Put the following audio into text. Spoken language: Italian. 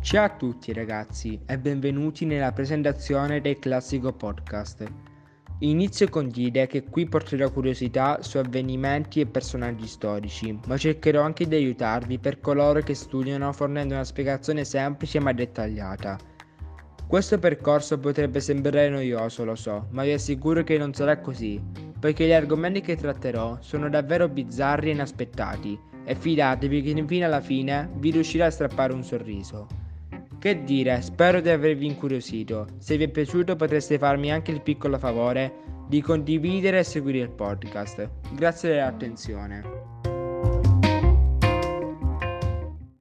Ciao a tutti ragazzi e benvenuti nella presentazione del classico podcast. Inizio con dire che qui porterò curiosità su avvenimenti e personaggi storici, ma cercherò anche di aiutarvi per coloro che studiano fornendo una spiegazione semplice ma dettagliata. Questo percorso potrebbe sembrare noioso, lo so, ma vi assicuro che non sarà così, poiché gli argomenti che tratterò sono davvero bizzarri e inaspettati, e fidatevi che fino alla fine vi riuscirà a strappare un sorriso. Che dire, spero di avervi incuriosito. Se vi è piaciuto potreste farmi anche il piccolo favore di condividere e seguire il podcast. Grazie dell'attenzione.